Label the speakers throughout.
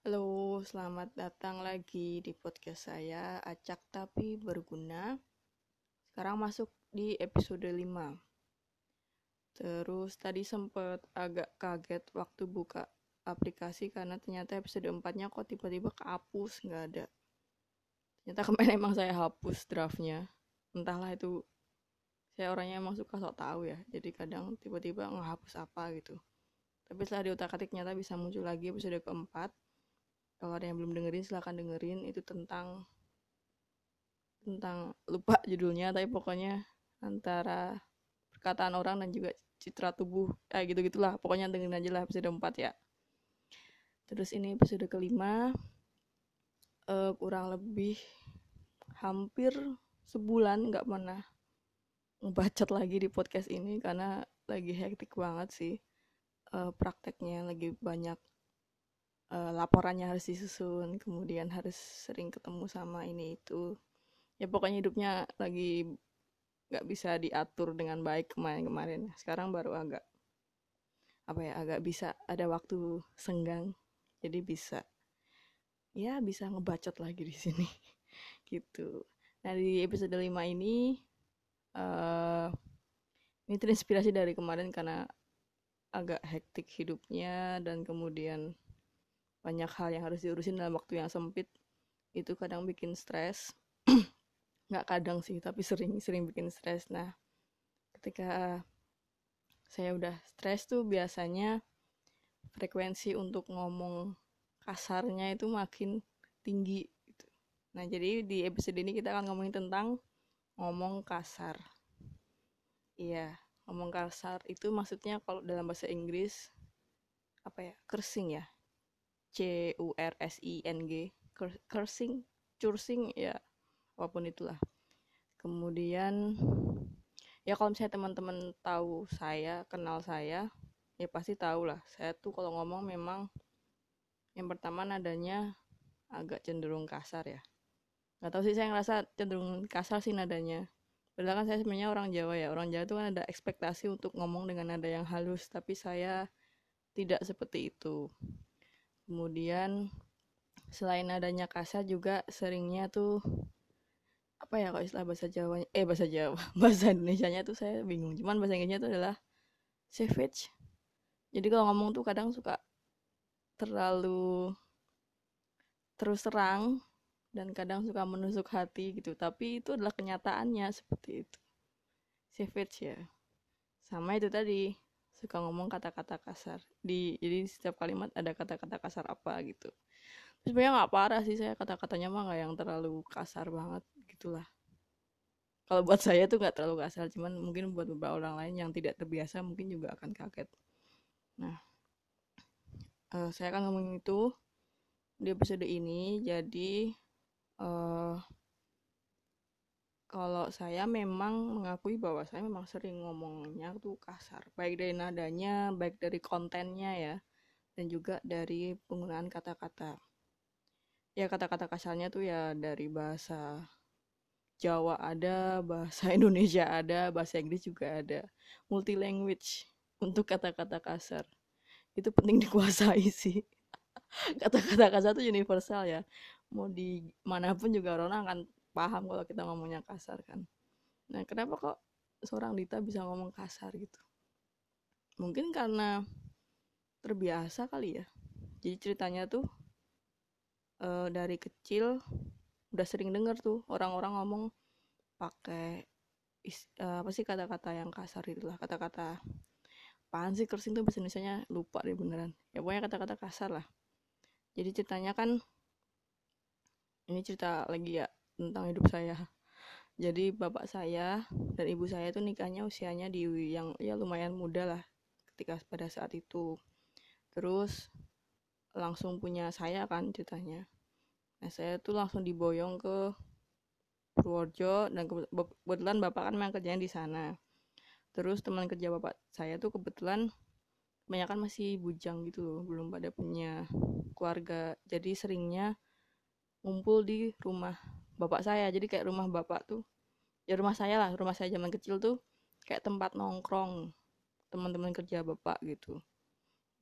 Speaker 1: Halo, selamat datang lagi di podcast saya, Acak Tapi Berguna. Sekarang masuk di episode 5. Terus tadi sempet agak kaget waktu buka aplikasi karena ternyata episode 4-nya kok tiba-tiba kehapus, nggak ada. Ternyata kemarin emang saya hapus draftnya. Entahlah itu, saya orangnya emang suka sok tahu ya. Jadi kadang tiba-tiba ngehapus apa gitu. Tapi setelah diutak-atik ternyata bisa muncul lagi episode keempat. Kalau ada yang belum dengerin silahkan dengerin, itu tentang lupa judulnya, tapi pokoknya antara perkataan orang dan juga citra tubuh kayak gitu-gitulah, pokoknya dengerin aja lah episode 4 ya. Terus ini episode kelima, kurang lebih hampir sebulan nggak pernah ngebacot lagi di podcast ini karena lagi hektik banget sih. Prakteknya lagi banyak, laporannya harus disusun, kemudian harus sering ketemu sama ini itu, ya pokoknya hidupnya lagi nggak bisa diatur dengan baik kemarin-kemarin. Sekarang baru agak bisa ada waktu senggang, jadi bisa ngebacot lagi di sini gitu. Nah, di episode 5 uh, ini terinspirasi dari kemarin karena agak hektik hidupnya dan kemudian banyak hal yang harus diurusin dalam waktu yang sempit. Itu kadang bikin stres. Nggak kadang sih, tapi sering bikin stres. Nah, ketika saya udah stres tuh biasanya frekuensi untuk ngomong kasarnya itu makin tinggi gitu. Nah, jadi di episode ini kita akan ngomongin tentang ngomong kasar. Iya, ngomong kasar itu maksudnya kalau dalam bahasa Inggris apa ya? Cursing ya. CURSING. Cursing, cursing ya, apapun itulah. Kemudian ya kalau misalnya teman-teman tahu saya, kenal saya, ya pasti tahu lah. Saya tuh kalau ngomong memang yang pertama nadanya agak cenderung kasar ya. Nggak tahu sih, saya ngerasa cenderung kasar sih nadanya. Padahal kan saya sebenarnya orang Jawa ya. Orang Jawa tuh kan ada ekspektasi untuk ngomong dengan nada yang halus, tapi saya tidak seperti itu. Kemudian selain nadanya kasar juga seringnya tuh apa ya, kalau istilah bahasa Jawa, bahasa Jawa, bahasa Indonesianya tuh saya bingung. Cuman bahasa Inggrisnya tuh adalah savage. Jadi kalau ngomong tuh kadang suka terlalu terus terang dan kadang suka menusuk hati gitu, tapi itu adalah kenyataannya seperti itu. Savage ya, sama itu tadi, suka ngomong kata-kata kasar jadi setiap kalimat ada kata-kata kasar apa gitu. Sebenarnya nggak parah sih, saya kata-katanya mah nggak yang terlalu kasar banget gitulah. Kalau buat saya tuh nggak terlalu kasar, cuman mungkin buat beberapa orang lain yang tidak terbiasa mungkin juga akan kaget. Nah, saya akan ngomongin itu di episode ini. Jadi uh, kalau saya memang mengakui bahwa saya memang sering ngomongnya tuh kasar, baik dari nadanya, baik dari kontennya ya, dan juga dari penggunaan kata-kata. Ya kata-kata kasarnya tuh ya dari bahasa Jawa ada, bahasa Indonesia ada, bahasa Inggris juga ada. Multi language untuk kata-kata kasar. Itu penting dikuasai sih. Kata-kata kasar tuh universal ya. Mau di manapun juga orang akan paham kalau kita ngomongnya kasar kan. Nah, kenapa kok seorang Dita bisa ngomong kasar gitu? Mungkin karena terbiasa kali ya. Jadi ceritanya tuh dari kecil udah sering denger tuh orang-orang ngomong pakai apa sih, kata-kata yang kasar itulah, kata-kata apaan sih, cursing tuh bahasa Indonesianya lupa deh beneran. Ya pokoknya kata-kata kasar lah. Jadi ceritanya kan, ini cerita lagi ya tentang hidup saya. Jadi bapak saya dan ibu saya tuh nikahnya usianya di yang ya lumayan muda lah ketika pada saat itu. Terus langsung punya saya kan ceritanya. Nah, saya tuh langsung diboyong ke Purworejo dan kebetulan bapak kan memang kerjanya di sana. Terus teman kerja bapak saya tuh kebetulan kebanyakan masih bujang gitu loh, belum pada punya keluarga. Jadi seringnya ngumpul di rumah bapak saya. Jadi kayak rumah bapak tuh, ya rumah saya lah, rumah saya zaman kecil tuh kayak tempat nongkrong teman-teman kerja bapak gitu.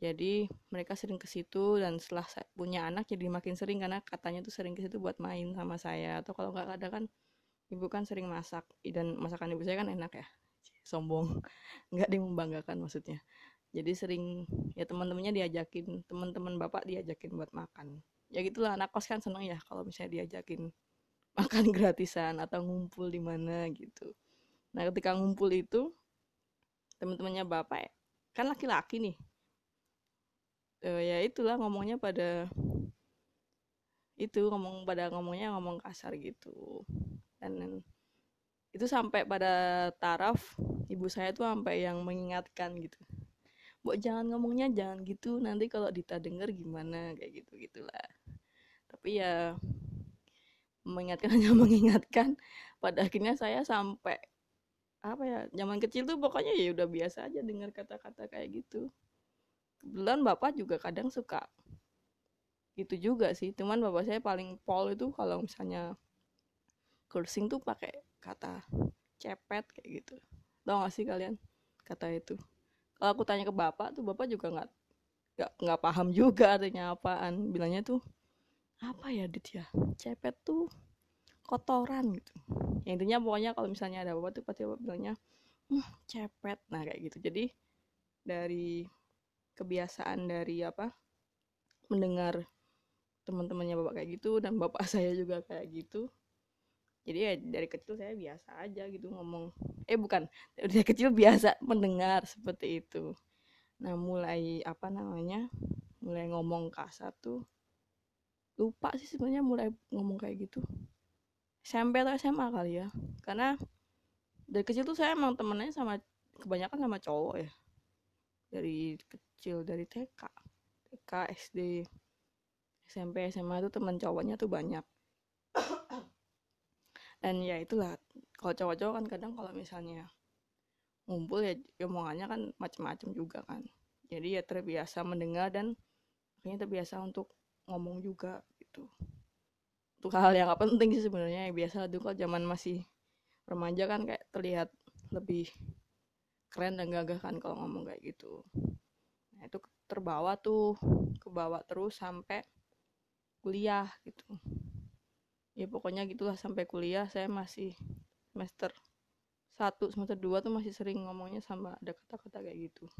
Speaker 1: Jadi mereka sering ke situ, dan setelah saya punya anak jadi makin sering karena katanya tuh sering ke situ buat main sama saya. Atau kalau nggak ada kan ibu kan sering masak, dan masakan ibu saya kan enak ya. Sombong, nggak membanggakan maksudnya. Jadi sering ya teman-temannya diajakin, teman-teman bapak diajakin buat makan. Ya gitulah, anak kos kan seneng ya kalau misalnya diajakin makan gratisan atau ngumpul di mana gitu. Nah ketika ngumpul itu teman-temannya bapak ya, kan laki-laki nih, ya itulah ngomongnya pada itu ngomongnya ngomong kasar gitu. Dan itu sampai pada taraf ibu saya tuh sampai yang mengingatkan gitu, "Mbok jangan ngomongnya jangan gitu, nanti kalau Dita denger gimana," kayak gitu gitulah. Tapi ya mengingatkan hanya mengingatkan, pada akhirnya saya sampai apa ya, zaman kecil tuh pokoknya ya udah biasa aja dengar kata-kata kayak gitu. Kebetulan bapak juga kadang suka gitu juga sih, cuman bapak saya paling pol itu kalau misalnya cursing tuh pakai kata cepet kayak gitu. Tau gak sih kalian kata itu? Kalau aku tanya ke bapak tuh bapak juga nggak paham juga artinya apaan. Bilangnya tuh apa ya Dit ya? Cepet tuh kotoran gitu. Ya intinya pokoknya kalau misalnya ada bapak tuh pasti bapak bilangnya cepet. Nah kayak gitu. Jadi dari kebiasaan dari apa mendengar teman-temannya bapak kayak gitu dan bapak saya juga kayak gitu. Jadi ya dari kecil saya biasa aja gitu ngomong. Bukan, dari kecil biasa mendengar seperti itu. Nah mulai apa namanya, mulai ngomong kasar tuh lupa sih sebenarnya mulai ngomong kayak gitu. SMP atau SMA kali ya. Karena dari kecil tuh saya emang temennya sama kebanyakan sama cowok ya. Dari kecil, dari TK, SD, SMP, SMA tuh teman cowoknya tuh banyak. Dan ya itulah, kalau cowok-cowok kan kadang kalau misalnya ngumpul ya omongannya kan macem-macem juga kan. Jadi ya terbiasa mendengar dan akhirnya terbiasa untuk ngomong juga gitu. Untuk hal yang gak penting sih sebenarnya, ya biasa tuh kalau zaman masih remaja kan kayak terlihat lebih keren dan gagah kan kalau ngomong kayak gitu. Nah itu terbawa tuh, kebawa terus sampai kuliah gitu. Ya pokoknya gitulah sampai kuliah saya masih semester 1, semester 2 tuh masih sering ngomongnya sama ada kata-kata kayak gitu.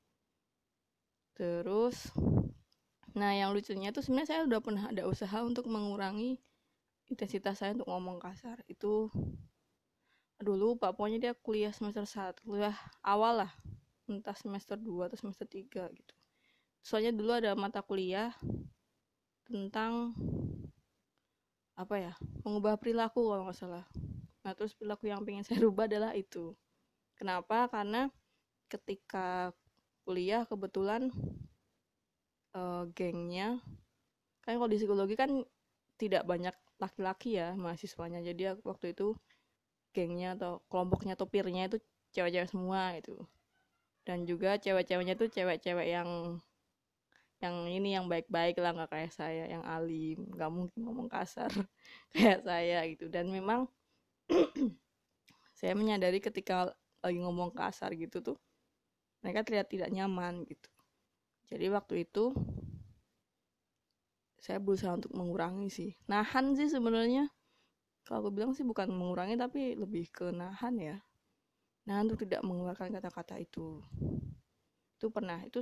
Speaker 1: Terus, nah yang lucunya tuh sebenarnya saya udah pernah ada usaha untuk mengurangi intensitas saya untuk ngomong kasar. Itu dulu Pak pokoknya dia kuliah semester 1, kuliah awal lah, entah semester 2 atau semester 3 gitu. Soalnya dulu ada mata kuliah tentang apa ya, mengubah perilaku kalau nggak salah. Nah terus perilaku yang pengen saya rubah adalah itu. Kenapa? Karena ketika kuliah kebetulan gengnya kan kalau di psikologi kan tidak banyak laki-laki ya mahasiswanya, jadi waktu itu gengnya atau kelompoknya atau peernya itu cewek-cewek semua itu, dan juga cewek-ceweknya tuh cewek-cewek yang ini yang baik-baik lah, nggak kayak saya yang alim, nggak mungkin ngomong kasar kayak saya gitu. Dan memang saya menyadari ketika lagi ngomong kasar gitu tuh mereka terlihat tidak nyaman gitu. Jadi waktu itu saya berusaha untuk mengurangi sih, nahan sih sebenarnya. Kalau aku bilang sih bukan mengurangi tapi lebih ke nahan ya, nahan untuk tidak mengeluarkan kata-kata itu. Itu pernah, itu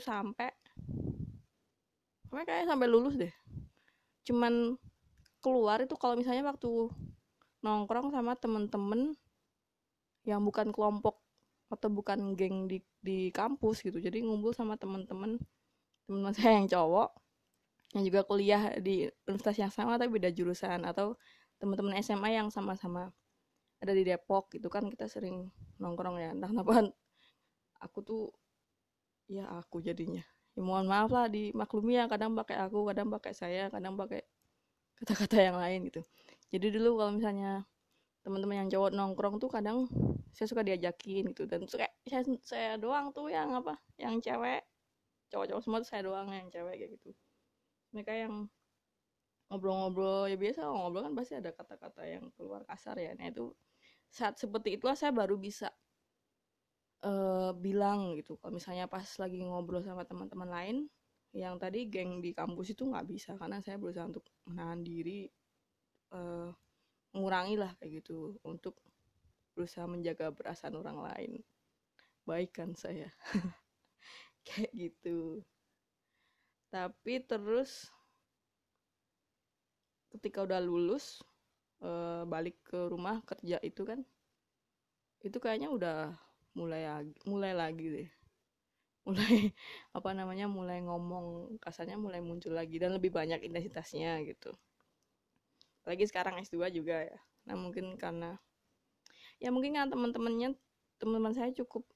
Speaker 1: sampai kayak sampai lulus deh. Cuman keluar itu kalau misalnya waktu nongkrong sama temen-temen yang bukan kelompok atau bukan geng di kampus gitu. Jadi ngumpul sama temen-temen saya yang cowok yang juga kuliah di universitas yang sama tapi beda jurusan, atau teman-teman SMA yang sama-sama ada di Depok gitu kan, kita sering nongkrong ya. Entah kenapa aku tuh ya aku jadinya ya mohon maaf lah dimaklumi ya, kadang pakai aku, kadang pakai saya, kadang pakai kata-kata yang lain gitu. Jadi dulu kalau misalnya teman-teman yang cowok nongkrong tuh kadang saya suka diajakin gitu, dan suka saya doang tuh yang apa yang cewek, cowok-cowok semua tuh saya doang yang cewek kayak gitu. Mereka yang ngobrol-ngobrol ya biasa, ngobrol kan pasti ada kata-kata yang keluar kasar ya. Nah itu saat seperti itulah saya baru bisa bilang gitu kalau misalnya pas lagi ngobrol sama teman-teman lain yang tadi geng di kampus itu nggak bisa, karena saya berusaha untuk menahan diri, eh, mengurangi lah kayak gitu, untuk berusaha menjaga perasaan orang lain. Baik kan saya. Kayak gitu. Tapi terus ketika udah lulus, balik ke rumah kerja itu kan, itu kayaknya udah mulai lagi deh, mulai apa namanya, mulai ngomong kasarnya, mulai muncul lagi dan lebih banyak intensitasnya gitu. Apalagi sekarang S2 juga ya. Nah mungkin karena ya mungkin kan teman-teman saya cukup,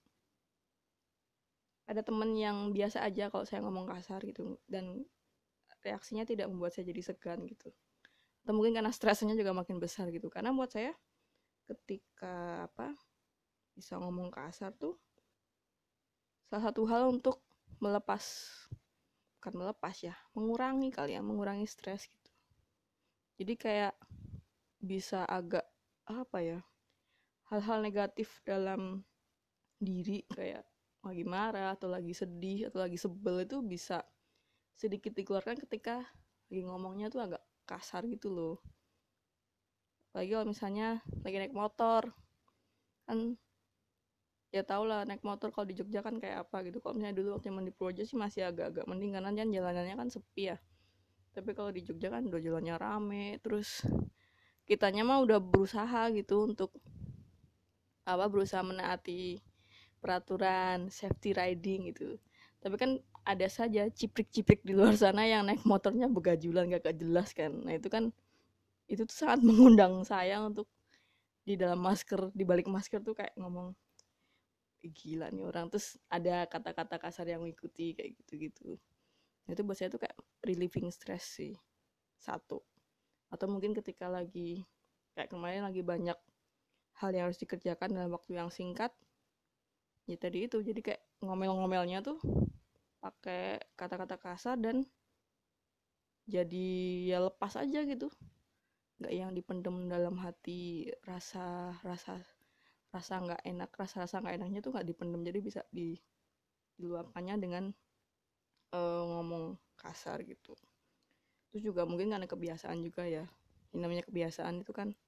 Speaker 1: ada teman yang biasa aja kalau saya ngomong kasar gitu, dan reaksinya tidak membuat saya jadi segan gitu. Atau mungkin karena stresnya juga makin besar gitu, karena buat saya ketika bisa ngomong kasar tuh salah satu hal untuk melepas, bukan melepas ya, mengurangi kali ya, mengurangi stres gitu. Jadi kayak bisa agak ya, hal-hal negatif dalam diri kayak lagi marah atau lagi sedih atau lagi sebel itu bisa sedikit dikeluarkan ketika lagi ngomongnya tuh agak kasar gitu loh. Apalagi kalau misalnya lagi naik motor kan, ya tau lah naik motor kalau di Jogja kan kayak apa gitu. Kalau misalnya dulu waktu zaman di Purworejo sih masih agak-agak mending karena kan jalanannya kan sepi ya. Tapi kalau di Jogja kan udah jalannya rame, terus kitanya mah udah berusaha gitu untuk berusaha menaati peraturan safety riding gitu. Tapi kan ada saja ciprik-ciprik di luar sana yang naik motornya begajulan gak jelas kan. Nah itu kan, itu tuh sangat mengundang saya untuk di dalam masker, di balik masker tuh kayak ngomong, gila nih orang, terus ada kata-kata kasar yang mengikuti kayak gitu-gitu. Nah, itu buat saya tuh kayak relieving stress sih, satu. Atau mungkin ketika lagi kayak kemarin lagi banyak hal yang harus dikerjakan dalam waktu yang singkat, ya tadi itu jadi kayak ngomel-ngomelnya tuh pakai kata-kata kasar dan jadi ya lepas aja gitu, nggak yang dipendem dalam hati, rasa rasa rasa nggak enak, rasa nggak enaknya tuh nggak dipendem, jadi bisa diluapkannya dengan ngomong kasar gitu. Terus juga mungkin karena kebiasaan juga ya, yang namanya kebiasaan itu kan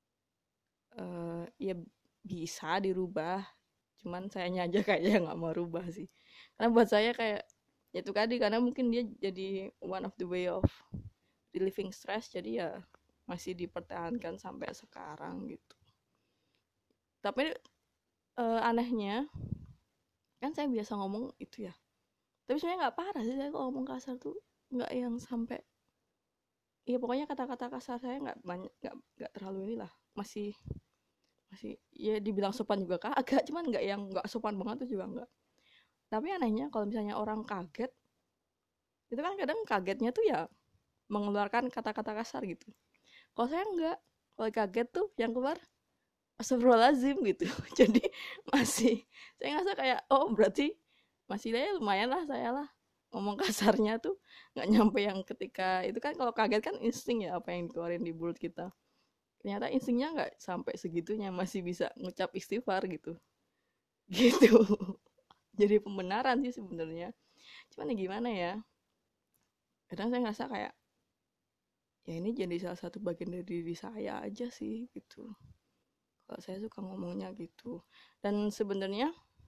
Speaker 1: ya bisa dirubah, cuman sayanya aja kayaknya nggak mau rubah sih, karena buat saya kayak ya itu tadi, karena mungkin dia jadi one of the way of relieving stress, jadi ya masih dipertahankan sampai sekarang gitu. Tapi anehnya kan saya biasa ngomong itu ya, tapi sebenarnya nggak parah sih saya kalau ngomong kasar tuh, nggak yang sampai, ya pokoknya kata-kata kasar saya nggak banyak, nggak terlalu inilah, masih masih ya dibilang sopan juga agak, cuman nggak yang nggak sopan banget tuh juga nggak. Tapi anehnya kalau misalnya orang kaget, itu kan kadang kagetnya tuh ya mengeluarkan kata-kata kasar gitu. Kalau saya nggak, kalau kaget tuh yang keluar astagfirullahaladzim gitu. Jadi masih, saya ngerasa kayak oh berarti masih ya lumayan lah saya lah ngomong kasarnya tuh nggak nyampe yang ketika itu kan, kalau kaget kan insting ya apa yang dikeluarin di mulut kita, ternyata instingnya nggak sampai segitunya, masih bisa ngucap istighfar gitu. Gitu. Jadi pembenaran sih sebenarnya, cuman ya gimana ya, kadang saya ngerasa kayak ya ini jadi salah satu bagian dari diri saya aja sih gitu, kalau saya suka ngomongnya gitu. Dan sebenarnya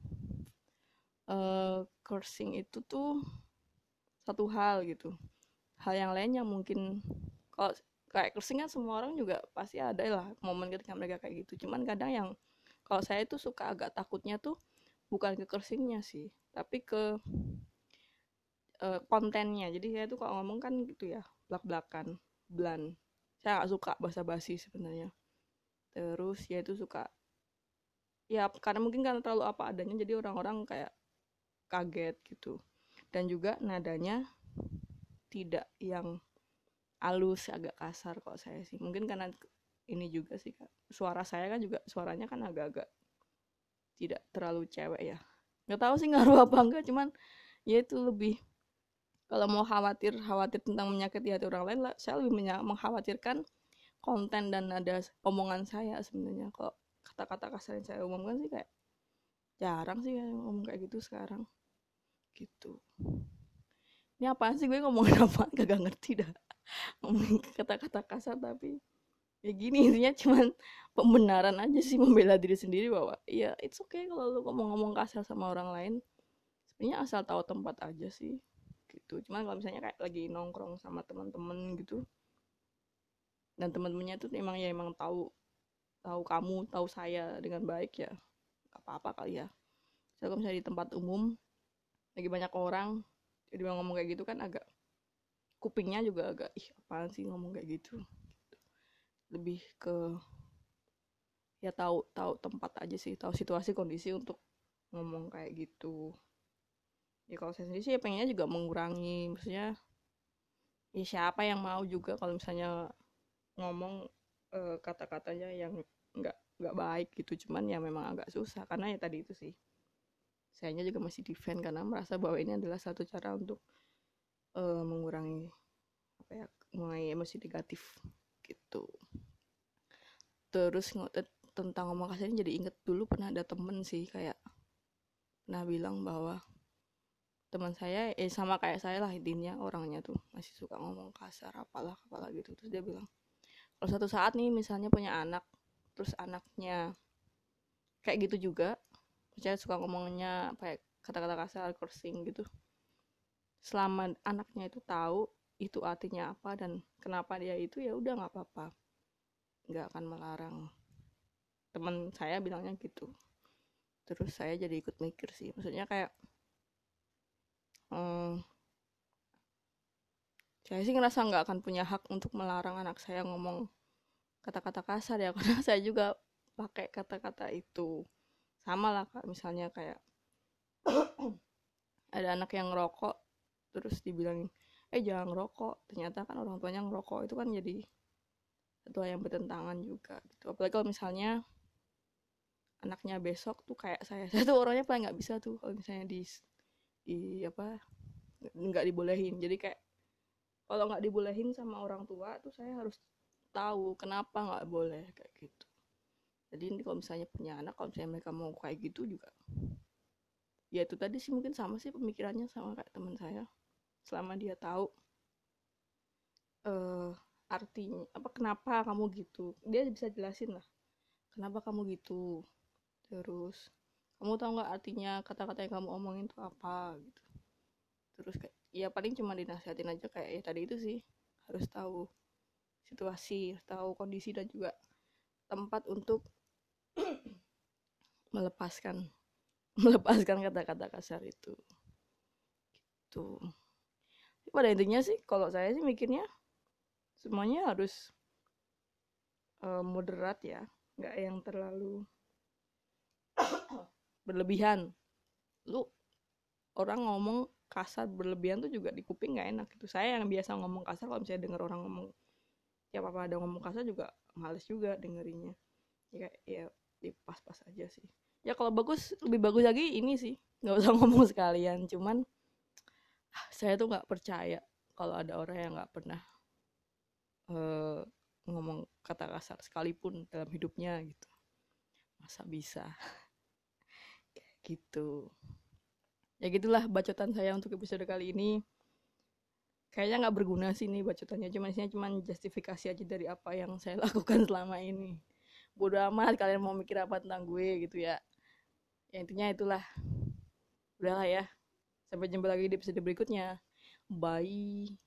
Speaker 1: cursing itu tuh satu hal gitu, hal yang lain yang mungkin kalau kayak cursing kan semua orang juga pasti ada lah momen ketika mereka kayak gitu, cuman kadang yang kalau saya tuh suka agak takutnya tuh bukan ke cursingnya sih, tapi ke kontennya. Jadi saya tuh kalau ngomong kan gitu ya, belak-belakan, blunt, saya gak suka basa-basi sebenarnya. Terus ya itu suka, ya karena mungkin karena terlalu apa adanya, jadi orang-orang kayak kaget gitu. Dan juga nadanya tidak yang halus, agak kasar kalau saya sih. Mungkin karena ini juga sih Kak, suara saya kan juga suaranya kan agak-agak tidak terlalu cewek ya, nggak tahu sih ngaruh apa enggak, cuman ya itu lebih, kalau mau khawatir tentang menyakiti hati orang lain lah, saya lebih mengkhawatirkan konten dan nada omongan saya sebenarnya. Kalau kata-kata kasar yang saya umumkan sih kayak jarang sih ngomong kayak gitu sekarang gitu. Ini apaan sih gue ngomongin apa, kagak ngerti dah. Ngomongin kata-kata kasar tapi ya gini, intinya cuman pembenaran aja sih, membela diri sendiri bahwa ya it's okay kalau lu ngomong-ngomong kasar sama orang lain, sebenarnya asal tahu tempat aja sih gitu. Cuman kalau misalnya kayak lagi nongkrong sama teman-teman gitu dan teman-temannya tuh emang tahu tahu kamu tahu saya dengan baik, ya gak apa-apa kali ya. Saya kalau misalnya di tempat umum lagi banyak orang jadi ngomong kayak gitu kan agak, kupingnya juga agak ih apaan sih ngomong kayak gitu. Lebih ke ya tahu tahu tempat aja sih, tahu situasi kondisi untuk ngomong kayak gitu. Ya kalau saya sendiri sih ya pengennya juga mengurangi, maksudnya ya siapa yang mau juga kalau misalnya ngomong kata-katanya yang nggak baik gitu. Cuman ya memang agak susah karena ya tadi itu sih, sayanya juga masih defend karena merasa bahwa ini adalah satu cara untuk mengurangi apa ya, mengurangi emosi negatif gitu. Terus tentang ngomong kasar ini jadi inget dulu pernah ada temen sih, kayak pernah bilang bahwa teman saya sama kayak saya lah intinya, orangnya tuh masih suka ngomong kasar apalah apalah gitu. Terus dia bilang kalau suatu saat nih misalnya punya anak, terus anaknya kayak gitu juga, misalnya suka ngomongnya kayak kata-kata kasar, cursing gitu, selama anaknya itu tahu itu artinya apa dan kenapa dia itu, ya udah nggak apa-apa, nggak akan melarang. Teman saya bilangnya gitu. Terus saya jadi ikut mikir sih, maksudnya kayak saya sih ngerasa nggak akan punya hak untuk melarang anak saya ngomong kata-kata kasar ya karena saya juga pakai kata-kata itu. Sama lah kak, misalnya kayak ada anak yang ngerokok terus dibilangin jangan ngerokok, ternyata kan orang tuanya ngerokok, itu kan jadi satu hal yang bertentangan juga gitu. Apalagi kalau misalnya anaknya besok tuh kayak saya tuh orangnya paling nggak bisa tuh kalau misalnya di apa, nggak dibolehin. Jadi kayak kalau nggak dibolehin sama orang tua tuh saya harus tahu kenapa nggak boleh kayak gitu. Jadi kalau misalnya punya anak, kalau misalnya mereka mau kayak gitu juga, ya itu tadi sih mungkin sama sih pemikirannya sama kayak teman saya. Selama dia tahu artinya apa, kenapa kamu gitu, dia bisa jelasin lah kenapa kamu gitu. Terus kamu tahu nggak artinya kata-kata yang kamu omongin itu apa gitu. Terus kayak ya paling cuma dinasihatin aja kayak ya tadi itu sih, harus tahu situasi, tahu kondisi dan juga tempat untuk melepaskan melepaskan kata-kata kasar itu tuh. Pada intinya sih kalau saya sih mikirnya semuanya harus moderat ya, nggak yang terlalu berlebihan. Lu orang ngomong kasar berlebihan tuh juga di kuping nggak enak gitu. Saya yang biasa ngomong kasar, kalau misalnya denger orang ngomong ya apa ada ngomong kasar juga males juga dengerinnya. Ya kayak ya di pas-pas aja sih. Ya kalau bagus, lebih bagus lagi ini sih, nggak usah ngomong sekalian. Cuman saya tuh nggak percaya kalau ada orang yang nggak pernah uh, ngomong kata kasar sekalipun dalam hidupnya gitu. Masa bisa gitu. Ya gitulah bacotan saya untuk episode kali ini. Kayaknya nggak berguna sih nih bacotannya, cuma justifikasi aja dari apa yang saya lakukan selama ini. Bodoh amat kalian mau mikir apa tentang gue gitu ya. Ya intinya itulah. Udahlah ya. Sampai jumpa lagi di episode berikutnya. Bye.